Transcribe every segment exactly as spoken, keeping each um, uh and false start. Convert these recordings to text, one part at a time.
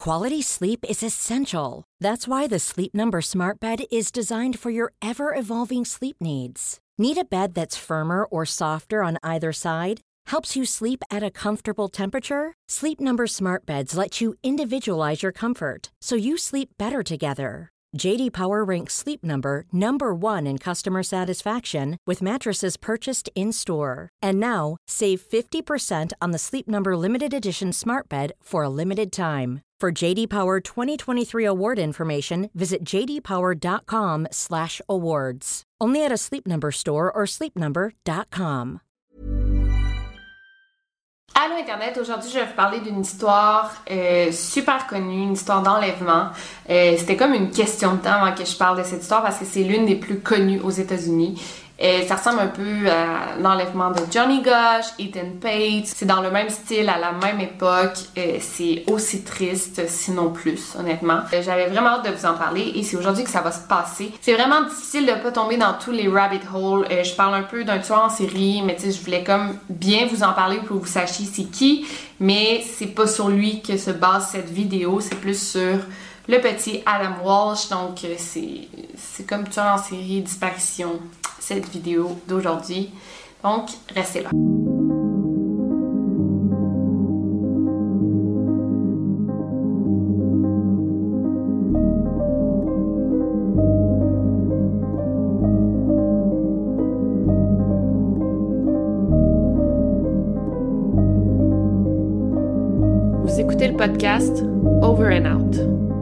Quality sleep is essential. That's why the Sleep Number Smart Bed is designed for your ever-evolving sleep needs. Need a bed that's firmer or softer on either side? Helps you sleep at a comfortable temperature? Sleep Number Smart Beds let you individualize your comfort, so you sleep better together. J D Power ranks Sleep Number number one in customer satisfaction with mattresses purchased in-store. And now, save fifty percent on the Sleep Number Limited Edition Smart Bed for a limited time. For J D Power twenty twenty-three award information, visit j d power dot com slash awards. Only at a Sleep Number store or sleep number dot com. Allô Internet, aujourd'hui je vais vous parler d'une histoire euh, super connue, une histoire d'enlèvement. Euh, c'était comme une question de temps avant que je parle de cette histoire parce que c'est l'une des plus connues aux États-Unis. Euh, ça ressemble un peu à l'enlèvement de Johnny Gosch, Ethan Pate. C'est dans le même style, à la même époque. Euh, c'est aussi triste, sinon plus, honnêtement. Euh, j'avais vraiment hâte de vous en parler et c'est aujourd'hui que ça va se passer. C'est vraiment difficile de pas tomber dans tous les rabbit holes. Euh, je parle un peu d'un tueur en série, mais tu sais, je voulais comme bien vous en parler pour que vous sachiez c'est qui. Mais c'est pas sur lui que se base cette vidéo, c'est plus sur le petit Adam Walsh. Donc euh, c'est, c'est comme tueur en série, disparition. Cette vidéo d'aujourd'hui. Donc, restez là. Vous écoutez le podcast Over and Out.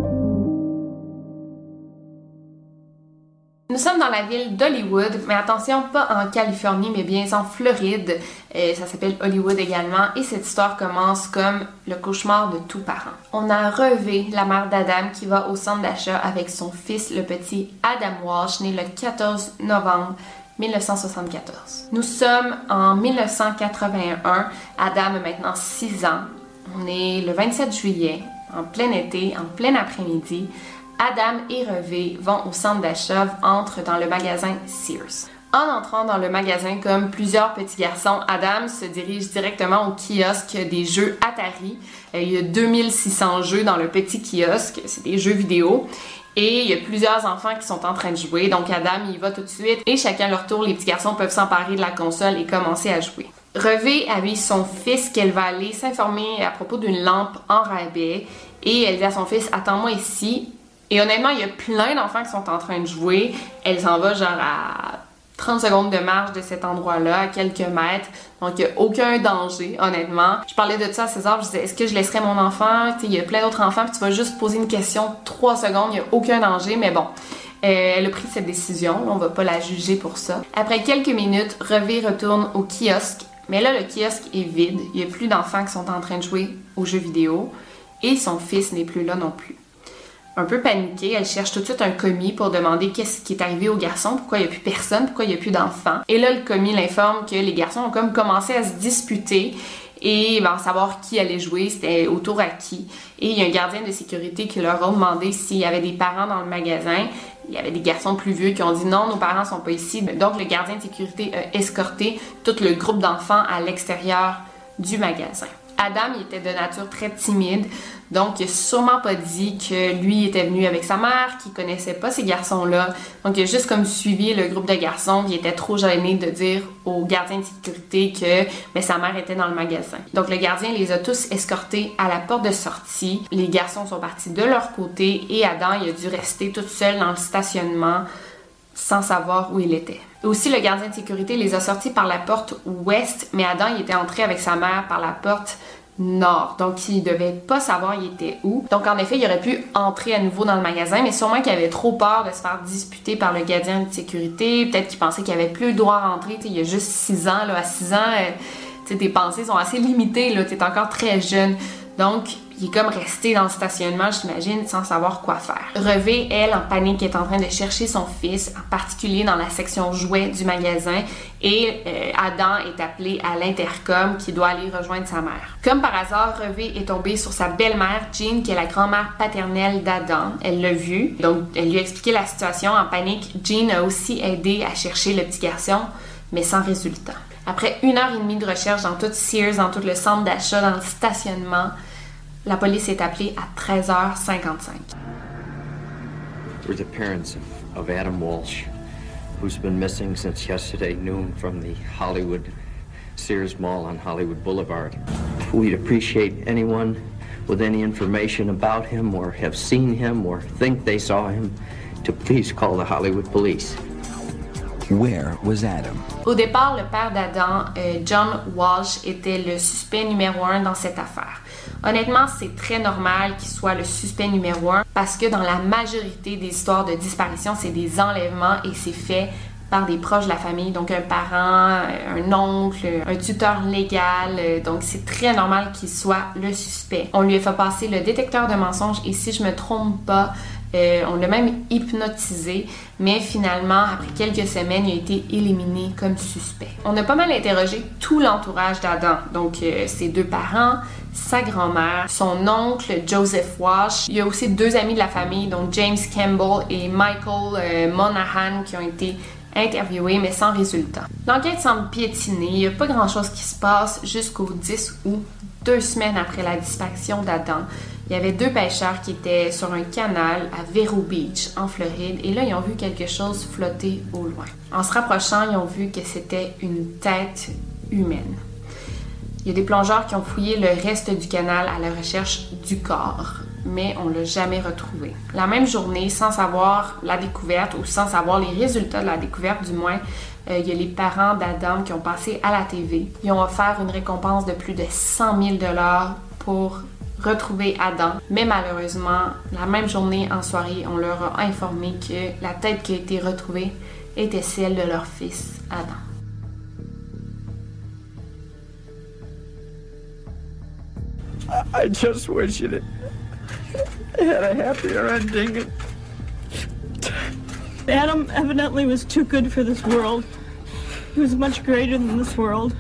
Nous sommes dans la ville d'Hollywood, mais attention, pas en Californie, mais bien en Floride. Euh, ça s'appelle Hollywood également, et cette histoire commence comme le cauchemar de tout parent. On a Revée, la mère d'Adam, qui va au centre d'achat avec son fils, le petit Adam Walsh, né le quatorze novembre mille neuf cent soixante-quatorze. Nous sommes en mille neuf cent quatre-vingt-un. Adam a maintenant six ans. On est le vingt-sept juillet, en plein été, en plein après-midi. Adam et Revée vont au centre d'achat, entrent dans le magasin Sears. En entrant dans le magasin, comme plusieurs petits garçons, Adam se dirige directement au kiosque des jeux Atari. Il y a deux mille six cents jeux dans le petit kiosque, c'est des jeux vidéo. Et il y a plusieurs enfants qui sont en train de jouer, donc Adam y va tout de suite. Et chacun leur tour, les petits garçons peuvent s'emparer de la console et commencer à jouer. Revée avait son fils qu'elle va aller s'informer à propos d'une lampe en rabais. Et elle dit à son fils, attends-moi ici. Et honnêtement, il y a plein d'enfants qui sont en train de jouer. Elle s'en va genre à trente secondes de marche de cet endroit-là, à quelques mètres. Donc, il n'y a aucun danger, honnêtement. Je parlais de ça à César, je disais, est-ce que je laisserais mon enfant? Tu sais, il y a plein d'autres enfants, puis tu vas juste poser une question, trois secondes, il n'y a aucun danger, mais bon. Euh, elle a pris cette décision, on va pas la juger pour ça. Après quelques minutes, Revée retourne au kiosque. Mais là, le kiosque est vide. Il n'y a plus d'enfants qui sont en train de jouer aux jeux vidéo. Et son fils n'est plus là non plus. Un peu paniquée, elle cherche tout de suite un commis pour demander qu'est-ce qui est arrivé aux garçons, pourquoi il n'y a plus personne, pourquoi il n'y a plus d'enfants. Et là, le commis l'informe que les garçons ont comme commencé à se disputer et ben, savoir qui allait jouer, c'était autour à qui. Et il y a un gardien de sécurité qui leur a demandé s'il y avait des parents dans le magasin. Il y avait des garçons plus vieux qui ont dit non, nos parents sont pas ici. Donc le gardien de sécurité a escorté tout le groupe d'enfants à l'extérieur du magasin. Adam, il était de nature très timide, donc il n'a sûrement pas dit que lui était venu avec sa mère, qu'il connaissait pas ces garçons-là. Donc il a juste comme suivi le groupe de garçons, qui était trop gêné de dire au gardien de sécurité que mais sa mère était dans le magasin. Donc le gardien les a tous escortés à la porte de sortie. Les garçons sont partis de leur côté et Adam, il a dû rester tout seul dans le stationnement sans savoir où il était. Aussi, le gardien de sécurité les a sortis par la porte ouest, mais Adam, il était entré avec sa mère par la porte nord. Donc, il devait pas savoir il était où. Donc, en effet, il aurait pu entrer à nouveau dans le magasin, mais sûrement qu'il avait trop peur de se faire disputer par le gardien de sécurité. Peut-être qu'il pensait qu'il avait plus le droit à rentrer. T'sais, il y a juste six ans. Là, à six ans, euh, t'sais, tes pensées sont assez limitées. Tu es encore très jeune. Donc, il est comme resté dans le stationnement, j'imagine, sans savoir quoi faire. Revée, elle, en panique, est en train de chercher son fils, en particulier dans la section jouets du magasin, et euh, Adam est appelé à l'intercom qui doit aller rejoindre sa mère. Comme par hasard, Revée est tombée sur sa belle-mère, Jean, qui est la grand-mère paternelle d'Adam. Elle l'a vu, donc elle lui a expliqué la situation. En panique, Jean a aussi aidé à chercher le petit garçon, mais sans résultat. Après une heure et demie de recherche dans tout Sears, dans tout le centre d'achat, dans le stationnement, La police est appelée à treize heures cinquante-cinq. We're the parents of, of Adam Walsh, who's been missing since yesterday noon from the Hollywood Sears Mall on Hollywood Boulevard. We'd appreciate anyone with any information about him or have seen him or think they saw him to please call the Hollywood police. Where was Adam? Au départ, le père d'Adam, euh, John Walsh, était le suspect numéro un dans cette affaire. Honnêtement, c'est très normal qu'il soit le suspect numéro un parce que dans la majorité des histoires de disparition, c'est des enlèvements et c'est fait par des proches de la famille, donc un parent, un oncle, un tuteur légal, donc c'est très normal qu'il soit le suspect. On lui a fait passer le détecteur de mensonges et si je me trompe pas, euh, on l'a même hypnotisé, mais finalement, après quelques semaines, il a été éliminé comme suspect. On a pas mal interrogé tout l'entourage d'Adam, donc euh, ses deux parents, sa grand-mère, son oncle Joseph Walsh. Il y a aussi deux amis de la famille, donc James Campbell et Michael euh, Monahan, qui ont été interviewés, mais sans résultat. L'enquête semble piétiner, il n'y a pas grand-chose qui se passe jusqu'au dix août, deux semaines après la disparition d'Adam. Il y avait deux pêcheurs qui étaient sur un canal à Vero Beach, en Floride, et là, ils ont vu quelque chose flotter au loin. En se rapprochant, ils ont vu que c'était une tête humaine. Il y a des plongeurs qui ont fouillé le reste du canal à la recherche du corps, mais on ne l'a jamais retrouvé. La même journée, sans savoir la découverte ou sans savoir les résultats de la découverte du moins, euh, il y a les parents d'Adam qui ont passé à la T V. Ils ont offert une récompense de plus de cent mille dollars pour retrouver Adam. Mais malheureusement, la même journée en soirée, on leur a informé que la tête qui a été retrouvée était celle de leur fils Adam. I just wish it had a happier ending. Adam evidently was too good for this world. He was much greater than this world.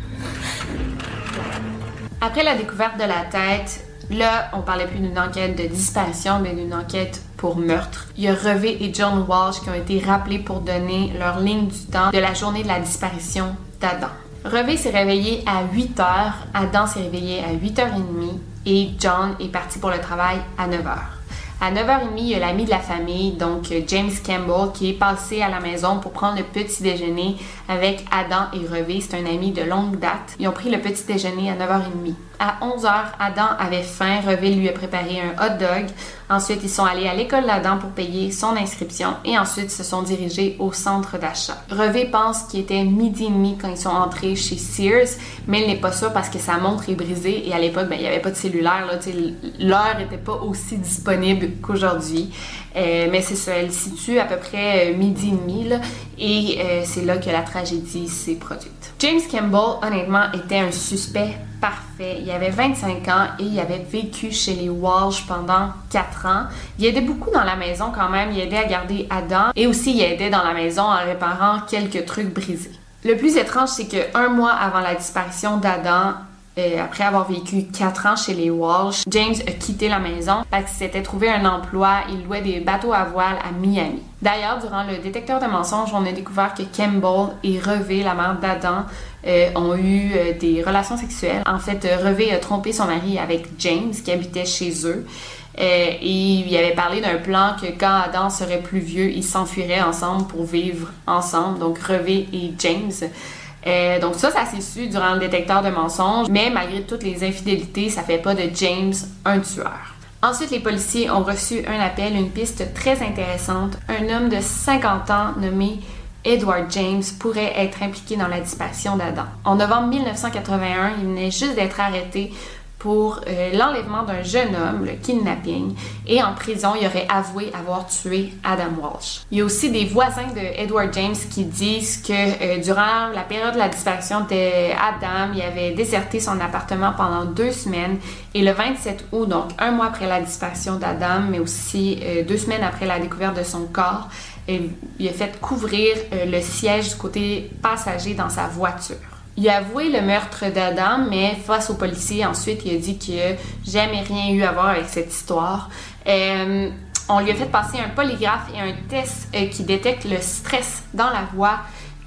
Après la découverte de la tête, là, on parlait plus d'une enquête de disparition, mais d'une enquête pour meurtre. Il y a Revey et John Walsh qui ont été rappelés pour donner leur ligne du temps de la journée de la disparition d'Adam. Revey s'est réveillé à huit heures, Adam s'est réveillé à huit heures trente et John est parti pour le travail à neuf heures. À neuf heures trente, il y a l'ami de la famille, donc James Campbell, qui est passé à la maison pour prendre le petit déjeuner avec Adam et Revey. C'est un ami de longue date. Ils ont pris le petit déjeuner à neuf heures trente. À onze heures, Adam avait faim. Revey lui a préparé un hot dog. Ensuite, ils sont allés à l'école d'Adam pour payer son inscription et ensuite se sont dirigés au centre d'achat. Revey pense qu'il était midi et demi quand ils sont entrés chez Sears, mais il n'est pas sûr parce que sa montre est brisée et à l'époque, ben, il n'y avait pas de cellulaire. Là, l'heure n'était pas aussi disponible qu'aujourd'hui. Euh, mais c'est ça, elle se situe à peu près euh, midi et demi là, et euh, c'est là que la tragédie s'est produite. James Campbell, honnêtement, était un suspect parfait. Il avait vingt-cinq ans et il avait vécu chez les Walsh pendant quatre ans. Il aidait beaucoup dans la maison quand même. Il aidait à garder Adam et aussi il aidait dans la maison en réparant quelques trucs brisés. Le plus étrange, c'est qu'un mois avant la disparition d'Adam, euh, après avoir vécu quatre ans chez les Walsh, James a quitté la maison parce qu'il s'était trouvé un emploi. Il louait des bateaux à voile à Miami. D'ailleurs, durant le détecteur de mensonges, on a découvert que Campbell et Revey, la mère d'Adam, euh, ont eu euh, des relations sexuelles. En fait, euh, Revey a trompé son mari avec James, qui habitait chez eux. Euh, et il avait parlé d'un plan que quand Adam serait plus vieux, ils s'enfuiraient ensemble pour vivre ensemble. Donc, Revey et James. Euh, donc ça, ça s'est su durant le détecteur de mensonges. Mais malgré toutes les infidélités, ça fait pas de James un tueur. Ensuite, les policiers ont reçu un appel, une piste très intéressante. Un homme de cinquante ans nommé Edward James pourrait être impliqué dans la disparition d'Adam. En novembre mille neuf cent quatre-vingt-un, il venait juste d'être arrêté pour euh, l'enlèvement d'un jeune homme, le kidnapping, et en prison, il aurait avoué avoir tué Adam Walsh. Il y a aussi des voisins de Edward James qui disent que euh, durant la période de la disparition d'Adam, il avait déserté son appartement pendant deux semaines, et le vingt-sept août, donc un mois après la disparition d'Adam, mais aussi euh, deux semaines après la découverte de son corps, euh, il a fait couvrir euh, le siège du côté passager dans sa voiture. Il a avoué le meurtre d'Adam, mais face aux policiers, ensuite, il a dit qu'il n'a jamais rien eu à voir avec cette histoire. Euh, on lui a fait passer un polygraphe et un test euh, qui détecte le stress dans la voix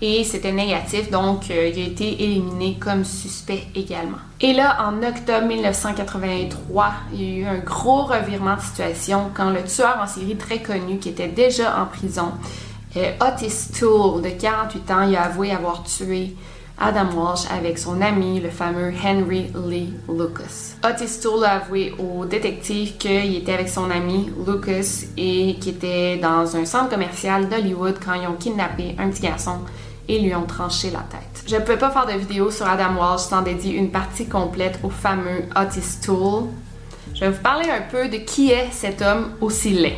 et c'était négatif, donc euh, il a été éliminé comme suspect également. Et là, en octobre mille neuf cent quatre-vingt-trois, il y a eu un gros revirement de situation quand le tueur en série très connu, qui était déjà en prison, euh, Otis Toole, de quarante-huit ans, il a avoué avoir tué Adam Walsh avec son ami, le fameux Henry Lee Lucas. Otis Toole a avoué au détective qu'il était avec son ami Lucas et qu'il était dans un centre commercial d'Hollywood quand ils ont kidnappé un petit garçon et lui ont tranché la tête. Je ne pouvais pas faire de vidéo sur Adam Walsh sans dédier une partie complète au fameux Otis Toole. Je vais vous parler un peu de qui est cet homme aussi laid.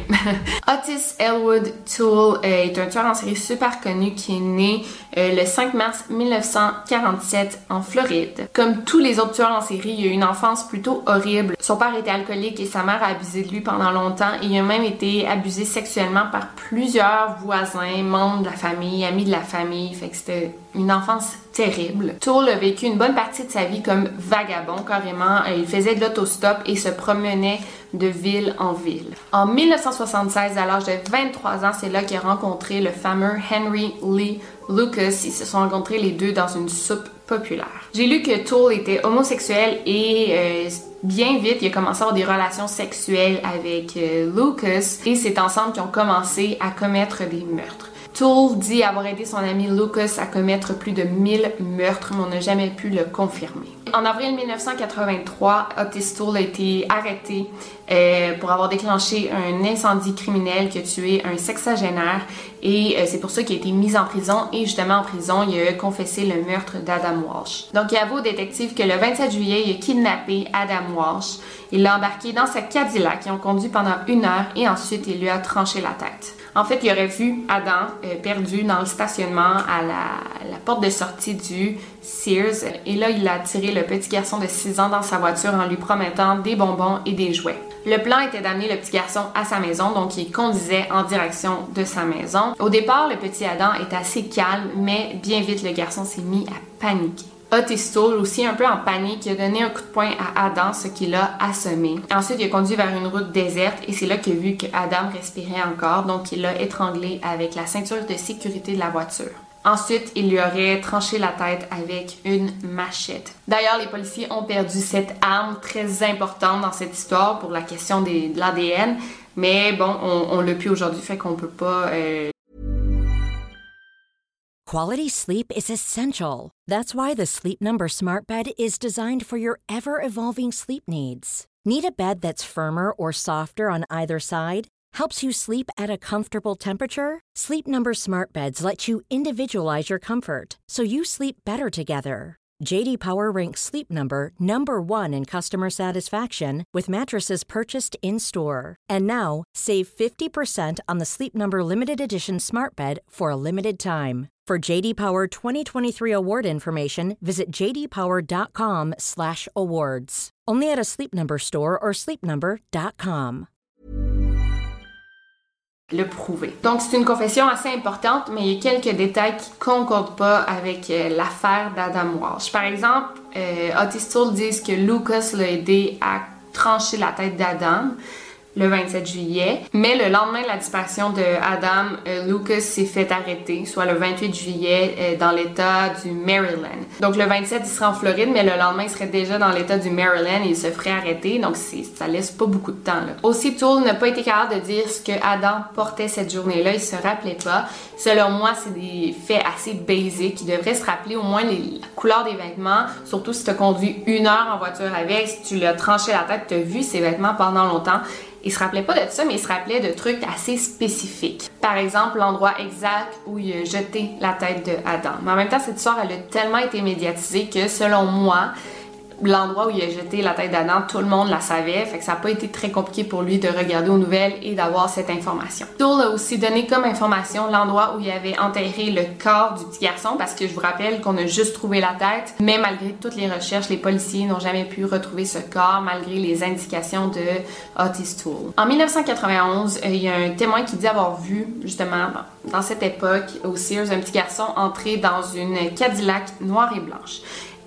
Otis Elwood Toole est un tueur en série super connu qui est né euh, le cinq mars mille neuf cent quarante-sept en Floride. Comme tous les autres tueurs en série, il a eu une enfance plutôt horrible. Son père était alcoolique et sa mère a abusé de lui pendant longtemps et il a même été abusé sexuellement par plusieurs voisins, membres de la famille, amis de la famille. Fait que c'était une enfance terrible. Toole a vécu une bonne partie de sa vie comme vagabond, carrément. Il faisait de l'autostop et se promenait de ville en ville. En mille neuf cent soixante-seize, à l'âge de vingt-trois ans, c'est là qu'il a rencontré le fameux Henry Lee Lucas. Ils se sont rencontrés les deux dans une soupe populaire. J'ai lu que Toole était homosexuel et euh, bien vite, il a commencé à avoir des relations sexuelles avec euh, Lucas et c'est ensemble qu'ils ont commencé à commettre des meurtres. Toole dit avoir aidé son ami Lucas à commettre plus de mille meurtres, mais on n'a jamais pu le confirmer. En avril mille neuf cent quatre-vingt-trois, Otis Toole a été arrêté euh, pour avoir déclenché un incendie criminel qui a tué un sexagénaire et euh, c'est pour ça qu'il a été mis en prison et justement en prison, il a confessé le meurtre d'Adam Walsh. Donc il avoue au détective que le vingt-sept juillet, il a kidnappé Adam Walsh. Il l'a embarqué dans sa Cadillac, ils ont conduit pendant une heure et ensuite il lui a tranché la tête. En fait, il aurait vu Adam euh, perdu dans le stationnement à la, la porte de sortie du Sears. Et là, il a tiré le petit garçon de six ans dans sa voiture en lui promettant des bonbons et des jouets. Le plan était d'amener le petit garçon à sa maison, donc il conduisait en direction de sa maison. Au départ, le petit Adam était assez calme, mais bien vite, le garçon s'est mis à paniquer. Otis Toole, aussi un peu en panique, il a donné un coup de poing à Adam, ce qui l'a assommé. Ensuite, il a conduit vers une route déserte et c'est là qu'il a vu que Adam respirait encore, donc il l'a étranglé avec la ceinture de sécurité de la voiture. Ensuite, il lui aurait tranché la tête avec une machette. D'ailleurs, les policiers ont perdu cette arme très importante dans cette histoire pour la question des, de l'A D N, mais bon, on, on l'a plus aujourd'hui, fait qu'on peut pas... Euh... Quality sleep is essential. That's why the Sleep Number Smart Bed is designed for your ever-evolving sleep needs. Need a bed that's firmer or softer on either side? Helps you sleep at a comfortable temperature? Sleep Number Smart Beds let you individualize your comfort, so you sleep better together. J D Power ranks Sleep Number number one in customer satisfaction with mattresses purchased in-store. And now, save fifty percent on the Sleep Number Limited Edition Smart Bed for a limited time. For J D Power twenty twenty-three award information, visit j d power dot com slash awards. Only at a Sleep Number store or sleep number dot com. Le prouver. Donc c'est une confession assez importante, mais il y a quelques détails qui ne concordent pas avec euh, l'affaire d'Adam Walsh. Par exemple, euh, Otis Toole dit que Lucas l'a aidé à trancher la tête d'Adam le vingt-sept juillet, mais le lendemain de la disparition de Adam, euh, Lucas s'est fait arrêter, soit le vingt-huit juillet euh, dans l'état du Maryland. Donc le vingt-sept, il serait en Floride, mais le lendemain, il serait déjà dans l'état du Maryland et il se ferait arrêter, donc c'est, ça laisse pas beaucoup de temps. Là. Aussi, Toole n'a pas été capable de dire ce que Adam portait cette journée-là, il se rappelait pas. Selon moi, c'est des faits assez basiques. Il devrait se rappeler au moins les, la couleur des vêtements, surtout si tu as conduit une heure en voiture avec, si tu lui as tranché la tête, tu as vu ses vêtements pendant longtemps. Il se rappelait pas de ça, mais il se rappelait de trucs assez spécifiques. Par exemple, l'endroit exact où il a jeté la tête de Adam. Mais en même temps, cette histoire, elle a tellement été médiatisée que, selon moi, l'endroit où il a jeté la tête d'Adam, tout le monde la savait, fait que ça n'a pas été très compliqué pour lui de regarder aux nouvelles et d'avoir cette information. Toole a aussi donné comme information l'endroit où il avait enterré le corps du petit garçon, parce que je vous rappelle qu'on a juste trouvé la tête, mais malgré toutes les recherches, les policiers n'ont jamais pu retrouver ce corps, malgré les indications de Otis Toole. En dix-neuf cent quatre-vingt-onze, il y a un témoin qui dit avoir vu, justement, dans cette époque, au Sears, un petit garçon entrer dans une Cadillac noire et blanche.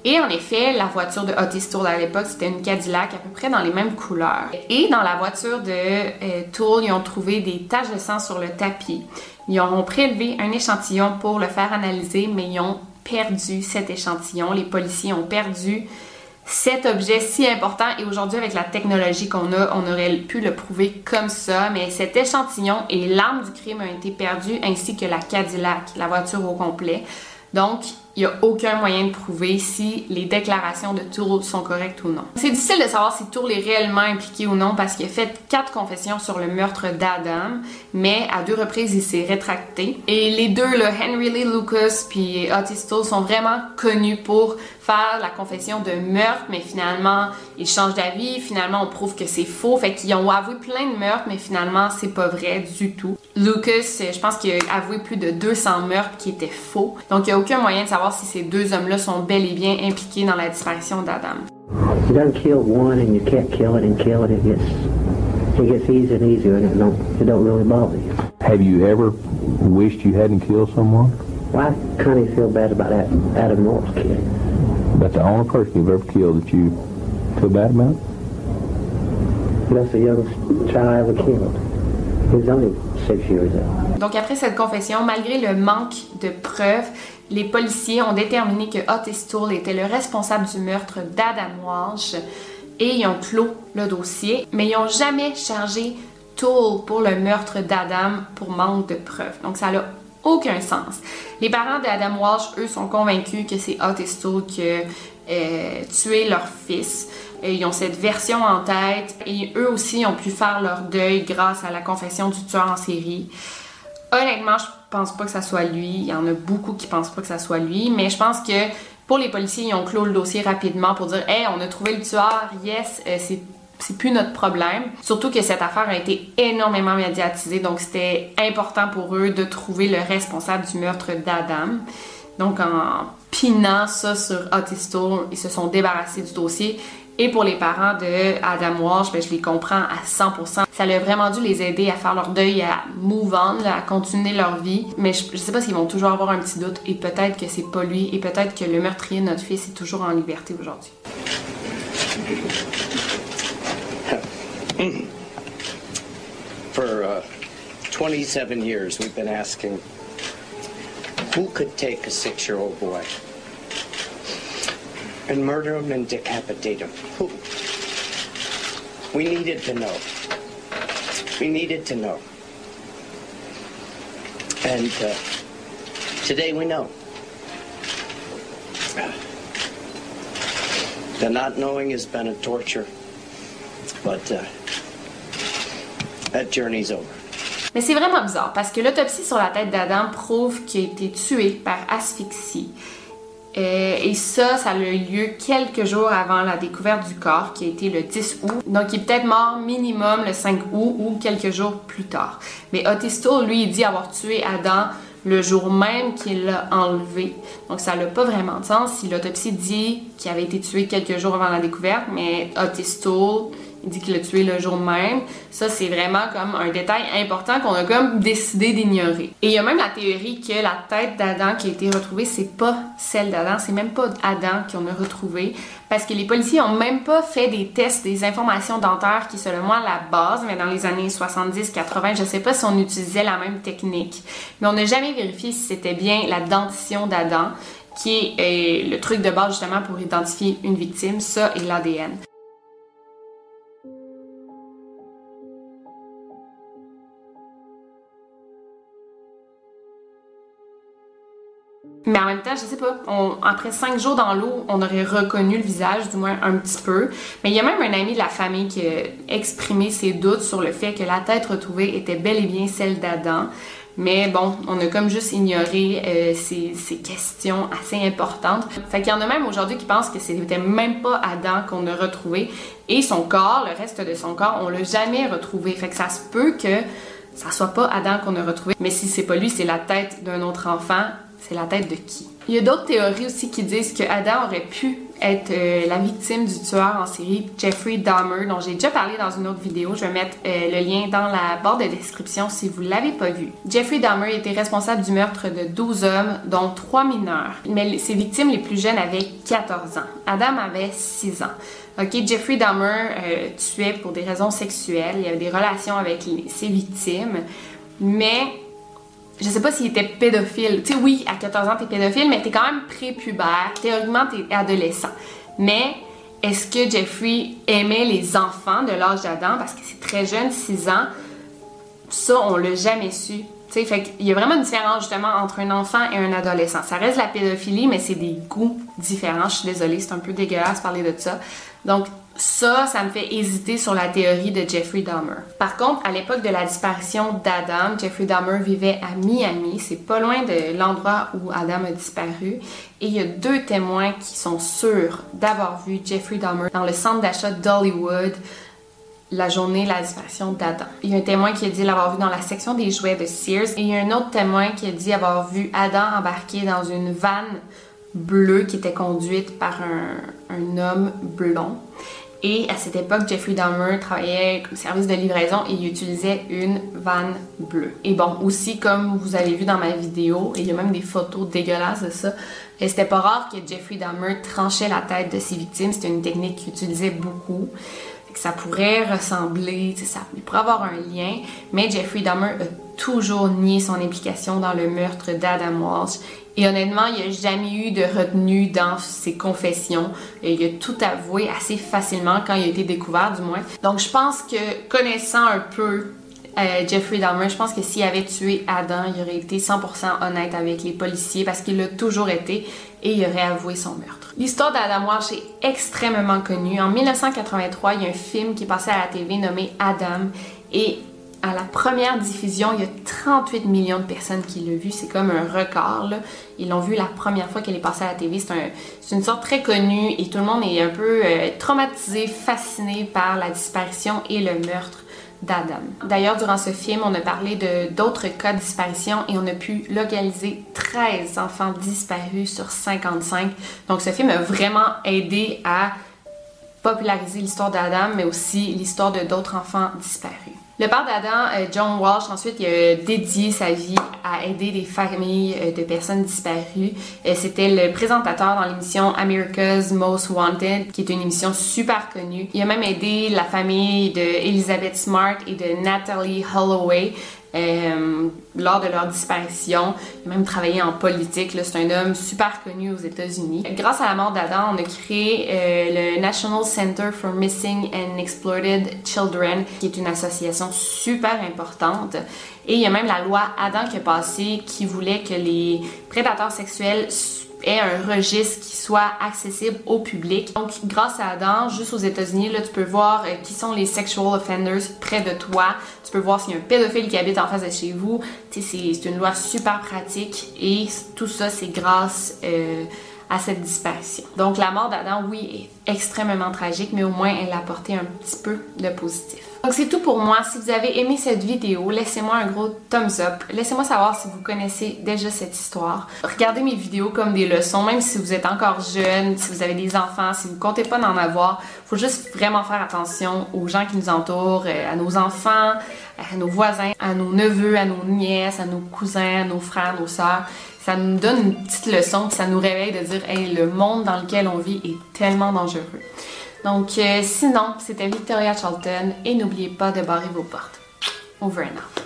Et en effet, la voiture de Otis Toole à l'époque, c'était une Cadillac à peu près dans les mêmes couleurs. Et dans la voiture de euh, Toole, ils ont trouvé des taches de sang sur le tapis. Ils ont prélevé un échantillon pour le faire analyser, mais ils ont perdu cet échantillon. Les policiers ont perdu cet objet si important, et aujourd'hui, avec la technologie qu'on a, on aurait pu le prouver comme ça, mais cet échantillon et l'arme du crime ont été perdus, ainsi que la Cadillac, la voiture au complet. Donc, il n'y a aucun moyen de prouver si les déclarations de Toole sont correctes ou non. C'est difficile de savoir si Toole est réellement impliqué ou non parce qu'il a fait quatre confessions sur le meurtre d'Adam, mais à deux reprises, il s'est rétracté. Et les deux, là, Henry Lee Lucas puis Otis Toole, sont vraiment connus pour faire la confession de meurtre, mais finalement, ils changent d'avis, finalement, on prouve que c'est faux. Fait qu'ils ont avoué plein de meurtres, mais finalement, c'est pas vrai du tout. Lucas, je pense qu'il a avoué plus de deux cents meurtres qui étaient faux. Donc, il n'y a aucun moyen de savoir si ces deux hommes-là sont bel et bien impliqués dans la disparition d'Adam. You done killed one and you kept killing and killing, it gets, it gets easier and easier and it don't, it don't really bother you. Have you ever wished you hadn't killed someone? Well, I kind of feel bad about that Adam Morse kid. That's the only person you've ever killed that you feel bad about? That's the youngest child I ever killed. He was only six years old. Donc après cette confession, malgré le manque de preuves, les policiers ont déterminé que Otis Toole était le responsable du meurtre d'Adam Walsh et ils ont clos le dossier, mais ils n'ont jamais chargé Toole pour le meurtre d'Adam pour manque de preuves. Donc ça n'a aucun sens. Les parents d'Adam Walsh, eux, sont convaincus que c'est Otis Toole qui a euh, tué leur fils. Et ils ont cette version en tête et eux aussi ont pu faire leur deuil grâce à la confession du tueur en série. Honnêtement, je pense pas que ça soit lui. Il y en a beaucoup qui pensent pas que ça soit lui, mais je pense que pour les policiers, ils ont clos le dossier rapidement pour dire « Hey, on a trouvé le tueur, yes, euh, c'est c'est plus notre problème. » Surtout que cette affaire a été énormément médiatisée, donc c'était important pour eux de trouver le responsable du meurtre d'Adam. Donc en pinant ça sur Otis Toole, ils se sont débarrassés du dossier. Et pour les parents de Adam Walsh, ben, je les comprends à cent pour cent. Ça a vraiment dû les aider à faire leur deuil, à move on, là, à continuer leur vie. Mais je, je sais pas s'ils vont toujours avoir un petit doute. Et peut-être que c'est pas lui. Et peut-être que le meurtrier de notre fils est toujours en liberté aujourd'hui. For uh, twenty-seven years, we've been asking who could take a six-year-old boy and murder him and decapitate him. Who? We needed to know. We needed to know. And uh, today we know. The not knowing has been a torture, but uh, that journey's over. Mais c'est vraiment bizarre parce que l'autopsie sur la tête d'Adam prouve qu'il a été tué par asphyxie. Euh, et ça, ça a eu lieu quelques jours avant la découverte du corps, qui a été le dix août. Donc, il est peut-être mort minimum le cinq août ou quelques jours plus tard. Mais Otis Toole, lui, il dit avoir tué Adam le jour même qu'il l'a enlevé. Donc, ça n'a pas vraiment de sens si l'autopsie dit qu'il avait été tué quelques jours avant la découverte, mais Otis Toole, il dit qu'il l'a tué le jour même. Ça, c'est vraiment comme un détail important qu'on a comme décidé d'ignorer. Et il y a même la théorie que la tête d'Adam qui a été retrouvée, c'est pas celle d'Adam, c'est même pas Adam qu'on a retrouvé. Parce que les policiers ont même pas fait des tests des informations dentaires qui, selon moi, la base, mais dans les années soixante-dix quatre-vingt, je sais pas si on utilisait la même technique. Mais on n'a jamais vérifié si c'était bien la dentition d'Adam, qui est euh, le truc de base justement pour identifier une victime, ça et l'A D N. Mais en même temps, je sais pas, on, après cinq jours dans l'eau, on aurait reconnu le visage, du moins un petit peu. Mais il y a même un ami de la famille qui a exprimé ses doutes sur le fait que la tête retrouvée était bel et bien celle d'Adam. Mais bon, on a comme juste ignoré euh, ces, ces questions assez importantes. Fait qu'il y en a même aujourd'hui qui pensent que c'était même pas Adam qu'on a retrouvé. Et son corps, le reste de son corps, on l'a jamais retrouvé. Fait que ça se peut que ça soit pas Adam qu'on a retrouvé. Mais si c'est pas lui, c'est la tête d'un autre enfant. C'est la tête de qui? Il y a d'autres théories aussi qui disent que Adam aurait pu être euh, la victime du tueur en série Jeffrey Dahmer, dont j'ai déjà parlé dans une autre vidéo. Je vais mettre euh, le lien dans la barre de description si vous ne l'avez pas vu. Jeffrey Dahmer était responsable du meurtre de douze hommes, dont trois mineurs. Mais ses victimes les plus jeunes avaient quatorze ans. Adam avait six ans. Ok, Jeffrey Dahmer euh, tuait pour des raisons sexuelles. Il y avait des relations avec les, ses victimes, mais je sais pas s'il était pédophile. Tu sais, oui, à quatorze ans, t'es pédophile, mais t'es quand même prépubère. Théoriquement, t'es adolescent. Mais est-ce que Jeffrey aimait les enfants de l'âge d'Adam? Parce que c'est très jeune, six ans. Ça, on l'a jamais su. Tu sais, fait qu'il y a vraiment une différence, justement, entre un enfant et un adolescent. Ça reste la pédophilie, mais c'est des goûts différents. Je suis désolée, c'est un peu dégueulasse de parler de ça. Donc, ça, ça me fait hésiter sur la théorie de Jeffrey Dahmer. Par contre, à l'époque de la disparition d'Adam, Jeffrey Dahmer vivait à Miami. C'est pas loin de l'endroit où Adam a disparu. Et il y a deux témoins qui sont sûrs d'avoir vu Jeffrey Dahmer dans le centre d'achat d'Hollywood la journée de la disparition d'Adam. Il y a un témoin qui a dit l'avoir vu dans la section des jouets de Sears. Et il y a un autre témoin qui a dit avoir vu Adam embarqué dans une vanne bleue qui était conduite par un, un homme blond. Et à cette époque, Jeffrey Dahmer travaillait au service de livraison et il utilisait une vanne bleue. Et bon, aussi, comme vous avez vu dans ma vidéo, et il y a même des photos dégueulasses de ça, et c'était pas rare que Jeffrey Dahmer tranchait la tête de ses victimes. C'était une technique qu'il utilisait beaucoup. Ça pourrait ressembler, ça pourrait avoir un lien, mais Jeffrey Dahmer a toujours nié son implication dans le meurtre d'Adam Walsh. Et honnêtement, il n'y a jamais eu de retenue dans ses confessions. Et il a tout avoué assez facilement quand il a été découvert, du moins. Donc, je pense que, connaissant un peu euh, Jeffrey Dahmer, je pense que s'il avait tué Adam, il aurait été cent pour cent honnête avec les policiers parce qu'il l'a toujours été et il aurait avoué son meurtre. L'histoire d'Adam Walsh est extrêmement connue. En dix-neuf cent quatre-vingt-trois, il y a un film qui est passé à la T V nommé Adam et à la première diffusion, il y a trente-huit millions de personnes qui l'ont vu. C'est comme un record, là. Ils l'ont vu la première fois qu'elle est passée à la T V. C'est, un, c'est une sorte très connue et tout le monde est un peu euh, traumatisé, fasciné par la disparition et le meurtre d'Adam. D'ailleurs, durant ce film, on a parlé de d'autres cas de disparition et on a pu localiser treize enfants disparus sur cinquante-cinq. Donc, ce film a vraiment aidé à populariser l'histoire d'Adam, mais aussi l'histoire de d'autres enfants disparus. Le père d'Adam, John Walsh, ensuite, il a dédié sa vie à aider des familles de personnes disparues. C'était le présentateur dans l'émission America's Most Wanted, qui est une émission super connue. Il a même aidé la famille de Elizabeth Smart et de Natalie Holloway euh, lors de leur disparition. Il a même travaillé en politique. Là. C'est un homme super connu aux États-Unis. Grâce à la mort d'Adam, on a créé euh, le National Center for Missing and Exploited Children, qui est une association super importante. Et il y a même la loi Adam qui est passée qui voulait que les prédateurs sexuels aient un registre qui soit accessible au public. Donc, grâce à Adam, juste aux États-Unis, là, tu peux voir euh, qui sont les sexual offenders près de toi. Tu peux voir s'il y a un pédophile qui habite en face de chez vous. Tu sais, c'est, c'est une loi super pratique et tout ça, c'est grâce euh, à cette disparition. Donc, la mort d'Adam, oui, est extrêmement tragique, mais au moins, elle a apporté un petit peu de positif. Donc, c'est tout pour moi. Si vous avez aimé cette vidéo, laissez-moi un gros thumbs up. Laissez-moi savoir si vous connaissez déjà cette histoire. Regardez mes vidéos comme des leçons, même si vous êtes encore jeune, si vous avez des enfants, si vous ne comptez pas d'en avoir. Il faut juste vraiment faire attention aux gens qui nous entourent, à nos enfants, à nos voisins, à nos neveux, à nos nièces, à nos cousins, à nos frères, nos sœurs. Ça nous donne une petite leçon, puis ça nous réveille de dire « Hey, le monde dans lequel on vit est tellement dangereux ». Donc, euh, sinon, c'était Victoria Charlton et n'oubliez pas de barrer vos portes. Over and out.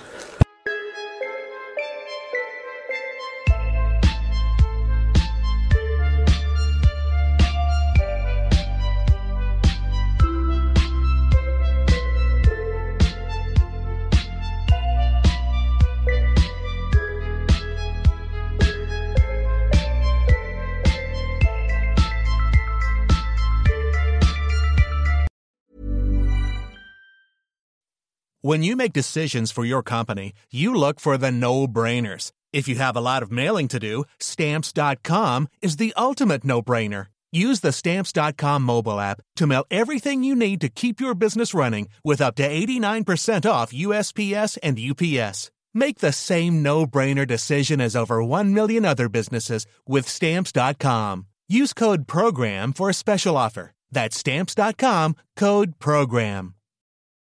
When you make decisions for your company, you look for the no-brainers. If you have a lot of mailing to do, Stamps dot com is the ultimate no-brainer. Use the Stamps dot com mobile app to mail everything you need to keep your business running with up to eighty-nine percent off U S P S and U P S. Make the same no-brainer decision as over one million other businesses with Stamps dot com. Use code PROGRAM for a special offer. That's Stamps dot com, code PROGRAM.